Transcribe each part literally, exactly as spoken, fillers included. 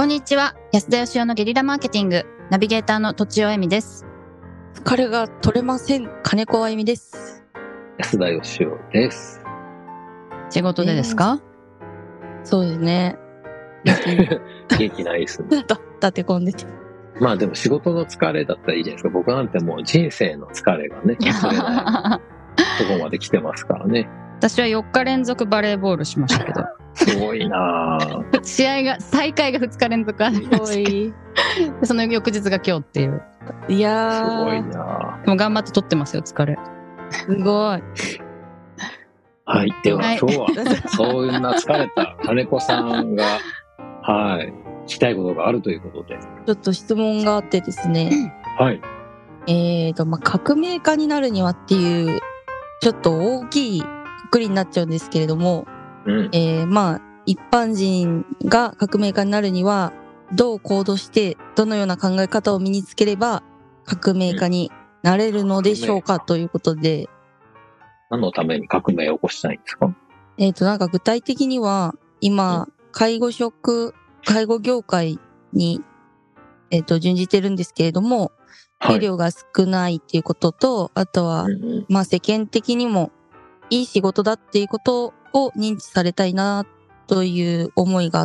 こんにちは。安田義雄のゲリラマーケティングナビゲーターのとちおえみです。 疲れが取れません金子あゆみです。 安田義雄です。 仕事でですか？ えー、そうですね。 元気ないですね。 立て込んでて。 まあでも仕事の疲れだったらいいじゃないですか。僕なんてもう人生の疲れがね、忘れないとこまで来てますからね。 私はよっか連続バレーボールしましたけど。 すごいなぁ。 試合が、大会がふつか連続ありましたその翌日が今日っていう。 いやー。 すごいなぁ。でも頑張って取ってますよ、疲れ。 すごい。 はい。では、はい、今日は、そんな疲れた金子さんが、はい、聞きたいことがあるということで。 ちょっと質問があってですね。 はい。 えーと、まあ、革命家になるにはっていう、ちょっと大きいくくりになっちゃうんですけれども、うん、えー、まあ、一般人が革命家になるには、どう行動して、どのような考え方を身につければ、革命家になれるのでしょうか、うん、ということで。 何のために革命を起こしたいんですか？ えっと、なんか具体的には、今、介護職、介護業界に、えっと、準じてるんですけれども、給料が少ないっていうことと、あとは、まあ世間的にもいい仕事だっていうことを認知されたいな、という思いがあって、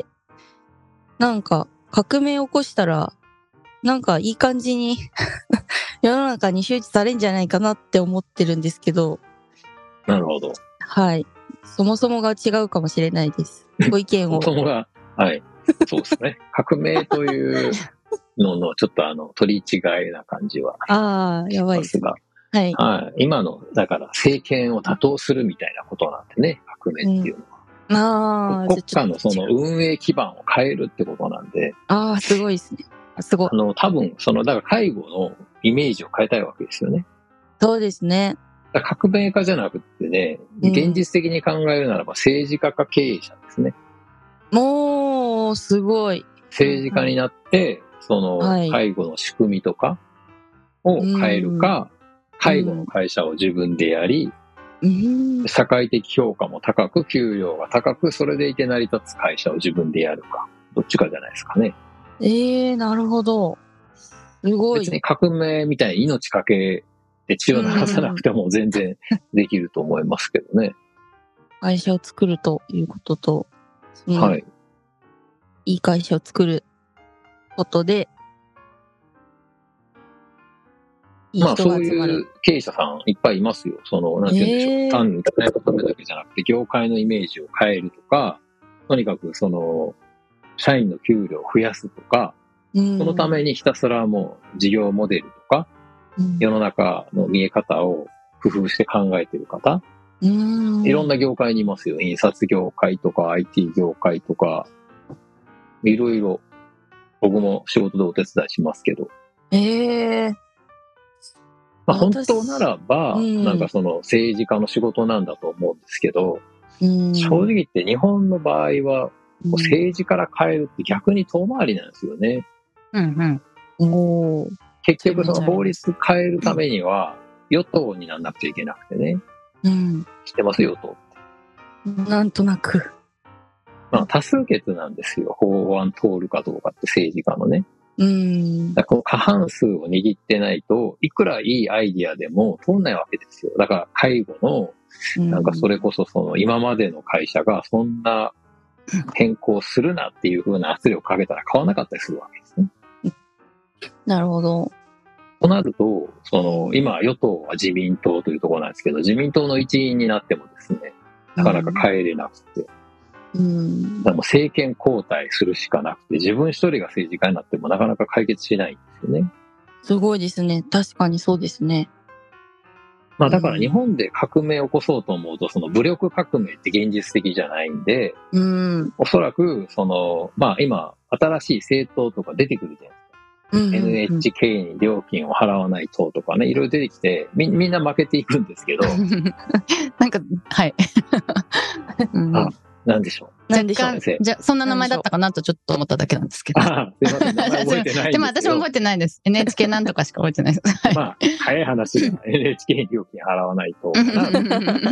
なんか革命を起こしたら、なんかいい感じに世の中に周知されるんじゃないかなって思ってるんですけど。 なるほど。 はい。そもそもが違うかもしれないです。ご意見を。 そもそもが、はい。そうですね。革命というののちょっとあの取り違いな感じはああ、やばいですが。 はい。はい。今の、だから政権を打倒するみたいなことなんでね、革命っていうのは。 うん、ああ、 国家のその運営基盤を変えるってことなんで。 ああ、すごいですね。すごい。 あの、多分、その、だから介護のイメージを変えたいわけですよね。 そうですね。 革命家じゃなくってね、現実的に考えるならば政治家か経営者ですね。 もう、すごい。 政治家になって、その、介護の仕組みとかを変えるか、介護の会社を自分でやり、社会的評価も高く、給料が高く、それでいて成り立つ会社を自分でやるか、どっちかじゃないですかね。 ええー、なるほど。すごい。 別に革命みたいに命かけて血を流さなくても全然できると思いますけどね。 会社を作るということと、 はい。 いい会社を作ることで、いいまあ人がそう集まる。 いう経営者さんいっぱいいますよ。その、なんて言うんでしょう。えー、単に金のためだけじゃなくて、業界のイメージを変えるとか、とにかくその、社員の給料を増やすとか、うん、そのためにひたすらもう事業モデルとか、うん、世の中の見え方を工夫して考えている方、うん、いろんな業界にいますよ。印刷業界とか アイティー 業界とか、いろいろ僕も仕事でお手伝いしますけど。 えーまあ、本当ならば、うん、なんかその政治家の仕事なんだと思うんですけど、うん、正直言って日本の場合は、政治から変えるって逆に遠回りなんですよね。 うんうん、お結局その法律変えるためには与党にならなくちゃいけなくてね。うん、知ってます与党って。 なんとなく。 まあ多数決なんですよ。法案通るかどうかって政治家のね。 うん、 だからこの過半数を握ってないといくらいいアイディアでも通んないわけですよ。だから介護のなんかそれこそその今までの会社がそんな変更するなっていう風な圧力をかけたら買わなかったりするわけですね。 なるほど。 となると、その今与党は自民党というところなんですけど、自民党の一員になってもですね、なかなか変えれなくて、うん、だからもう政権交代するしかなくて、自分一人が政治家になってもなかなか解決しないんですよね。 すごいですね。確かにそうですね。 まあだから日本で革命を起こそうと思うと、その武力革命って現実的じゃないんで、うん、おそらくその、まあ今新しい政党とか出てくるじゃないですか。うんうんうん、エヌエイチケー に料金を払わない党とかね、いろいろ出てきて、み、みんな負けていくんですけど。 なんか、はい。 あ、なんでしょう。 なんでしょう。じゃあ、そんな名前だったかなとちょっと思っただけなんですけど。 あ、すいません。名前覚えてないんですけど。 でも私も覚えてないです。エヌエイチケー なんとかしか覚えてないです。 はい、まあ、早い話で エヌエイチケー に料金払わないと。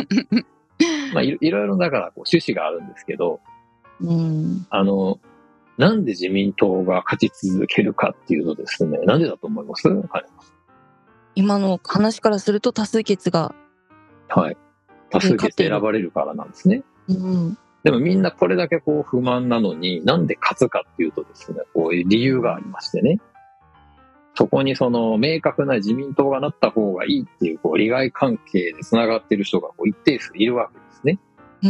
まあいろいろだからこう趣旨があるんですけど、うん、あの、 なんで自民党が勝ち続けるかっていうとですね、なんでだと思います？はい。 今の話からすると多数決が。 はい。多数決で選ばれるからなんですね。 うん。 でもみんなこれだけこう不満なのに、なんで勝つかっていうとですね、こういう理由がありましてね。そこにその明確な自民党がなった方がいいっていうこう利害関係で繋がっている人がこう一定数いるわけですね。 うん。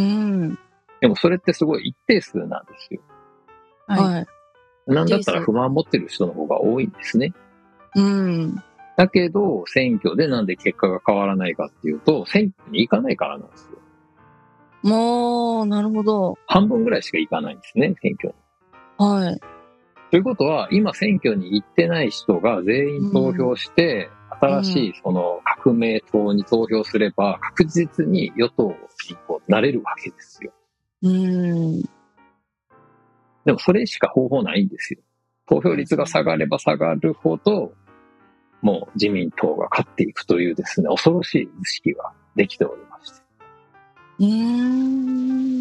でもそれってすごい一定数なんですよ。 はい。 なんだったら不満持ってる人の方が多いんですね。 うん。 だけど選挙でなんで結果が変わらないかっていうと、選挙に行かないからなんですよ。 もう、なるほど。 半分ぐらいしか行かないんですね、選挙に。 はい。 ということは、今選挙に行ってない人が全員投票して、うん、新しいその革命党に投票すれば、確実に与党にこうなれるわけですよ。 うん。 でもそれしか方法ないんですよ。投票率が下がれば下がるほど、もう自民党が勝っていくというですね、恐ろしい図式ができておりまして。 うーん。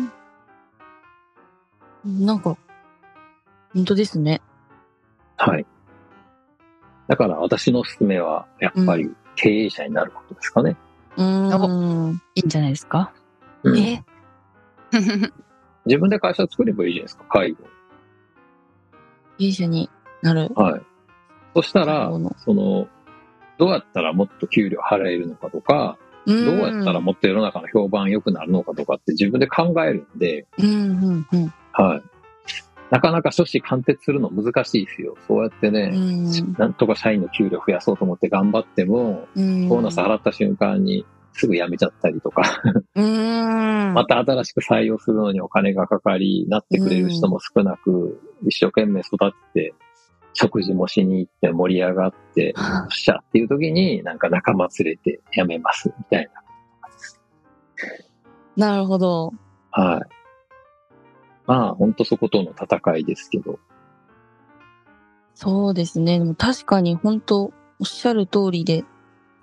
なんか、本当ですね。 はい。だから私のおすすめは、やっぱり経営者になることですかね。 うん。 いいんじゃないですか。 うん、 え自分で会社作ればいいじゃないですか、介護。 経営者になる。 はい。そしたら、その、どうやったらもっと給料払えるのかとか、どうやったらもっと世の中の評判良くなるのかとかって自分で考えるんで、 うんうんうん、 はい。なかなか初子貫徹するの難しいですよ。そうやってね、うん、なんとか社員の給料増やそうと思って頑張っても、うん、ボーナス払った瞬間にすぐ辞めちゃったりとか、うん、また新しく採用するのにお金がかかり、なってくれる人も少なく、うん、一生懸命育って、食事もしに行って盛り上がって、よっしゃっていう時になんか仲間連れて辞めますみたいな。なるほど。 はい。まあ本当そことの戦いですけど。 そうですね。でも確かに本当おっしゃる通りで、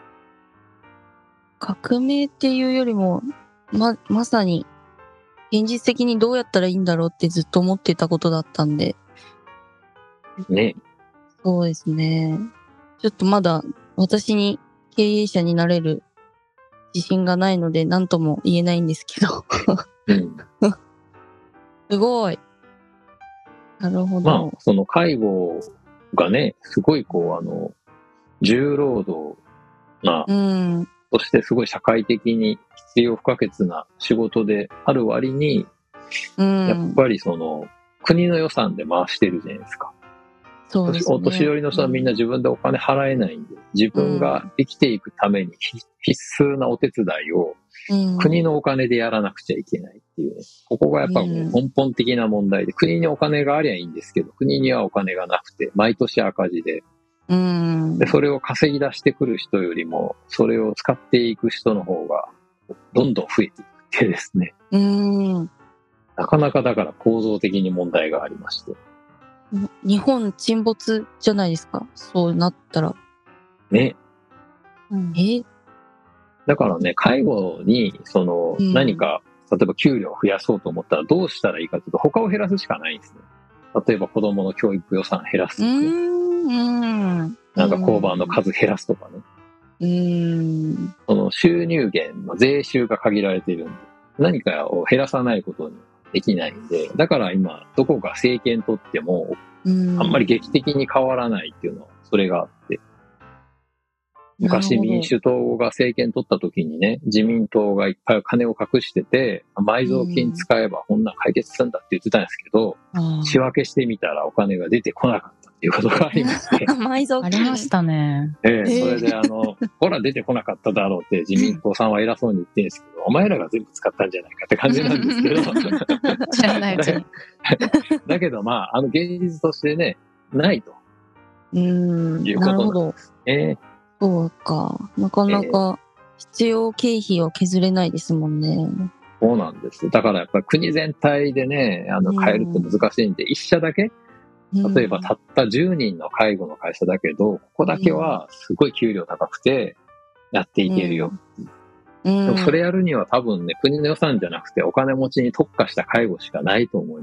革命っていうよりも、ま、まさに現実的にどうやったらいいんだろうってずっと思ってたことだったんで。 ね。 そうですね。ちょっとまだ私に経営者になれる自信がないので何とも言えないんですけど。 うん、 すごい。なるほど。 まあ、その介護がね、すごいこう、あの、重労働な、うん、そしてすごい社会的に必要不可欠な仕事である割に、うん、やっぱりその、国の予算で回してるじゃないですか。そうですね。お年寄りの人はみんな自分でお金払えないんで、自分が生きていくために必須なお手伝いを国のお金でやらなくちゃいけないっていうね。ここがやっぱ根本的な問題で、国にお金がありゃいいんですけど、国にはお金がなくて、毎年赤字で、で、それを稼ぎ出してくる人よりも、それを使っていく人の方がどんどん増えていくってですね。 うんなかなかだから構造的に問題がありまして。 日本沈没じゃないですか。そうなったら。 ね。 うん、えだからね、介護に、その、うん、何か、例えば給料を増やそうと思ったらどうしたらいいかというと、他を減らすしかないんですね。例えば子供の教育予算減らすとかね。うん、なんか交番の数減らすとかね。うん、その収入源の税収が限られているんで、何かを減らさないことにできないんで、だから今、どこが政権取っても、あんまり劇的に変わらないっていうのは、それがあって、昔民主党が政権取った時にね、自民党がいっぱい金を隠してて、埋蔵金使えばこんな解決するんだって言ってたんですけど、仕分けしてみたらお金が出てこなかったっていうことがありまして。 埋蔵金ありましたね。 ええ、それであの、ほら出てこなかっただろうって自民党さんは偉そうに言ってるんですけど、お前らが全部使ったんじゃないかって感じなんですけど。 知らないうちに。 だけどまあ、あの現実としてね、ないと。 うん、いうことなんですね。そうか。なかなか必要経費を削れないですもんね。 えー、そうなんです。だからやっぱり国全体でね、あの変えるって難しいんで、うん、一社だけ、例えばたったじゅうにんの介護の会社だけど、ここだけはすごい給料高くてやっていけるよ。うん、でもそれやるには多分ね、国の予算じゃなくてお金持ちに特化した介護しかないと思います。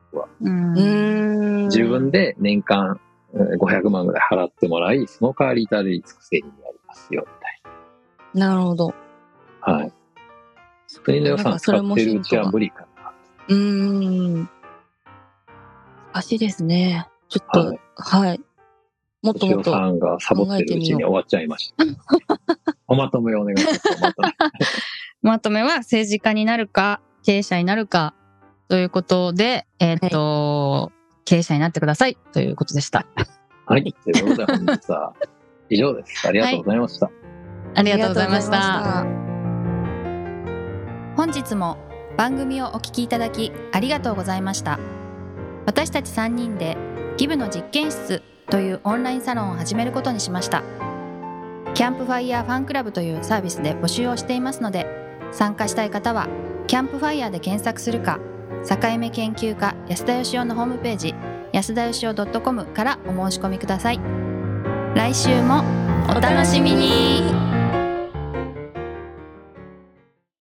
僕は。 ううんーん。 自分で年間ごひゃくまんぐらい払ってもらい、その代わり至れり尽くせりにやりますよ、みたいなるほど。 な。はい。国の予算使ってるうちは無理かな。 うーん。難しいですね。ちょっと、 はい。 はい。もっともっと。 おさんがサボってるうちに終わっちゃいました。おまとめお願いします。おまとめ。 まとめは政治家になるか経営者になるかということで、えーっと、経営者になってくださいということでした。 はい。ということで本日は以上です。ありがとうございました。 ありがとうございました。 ありがとうございました。 本日も番組をお聞きいただきありがとうございました。私たちさんにんでギブの実験室というオンラインサロンを始めることにしました。キャンプファイヤーファンクラブというサービスで募集をしていますので、参加したい方はキャンプファイヤーで検索するか、境目研究家安田義雄のホームページ安田義雄 .com からお申し込みください。来週もお楽しみに。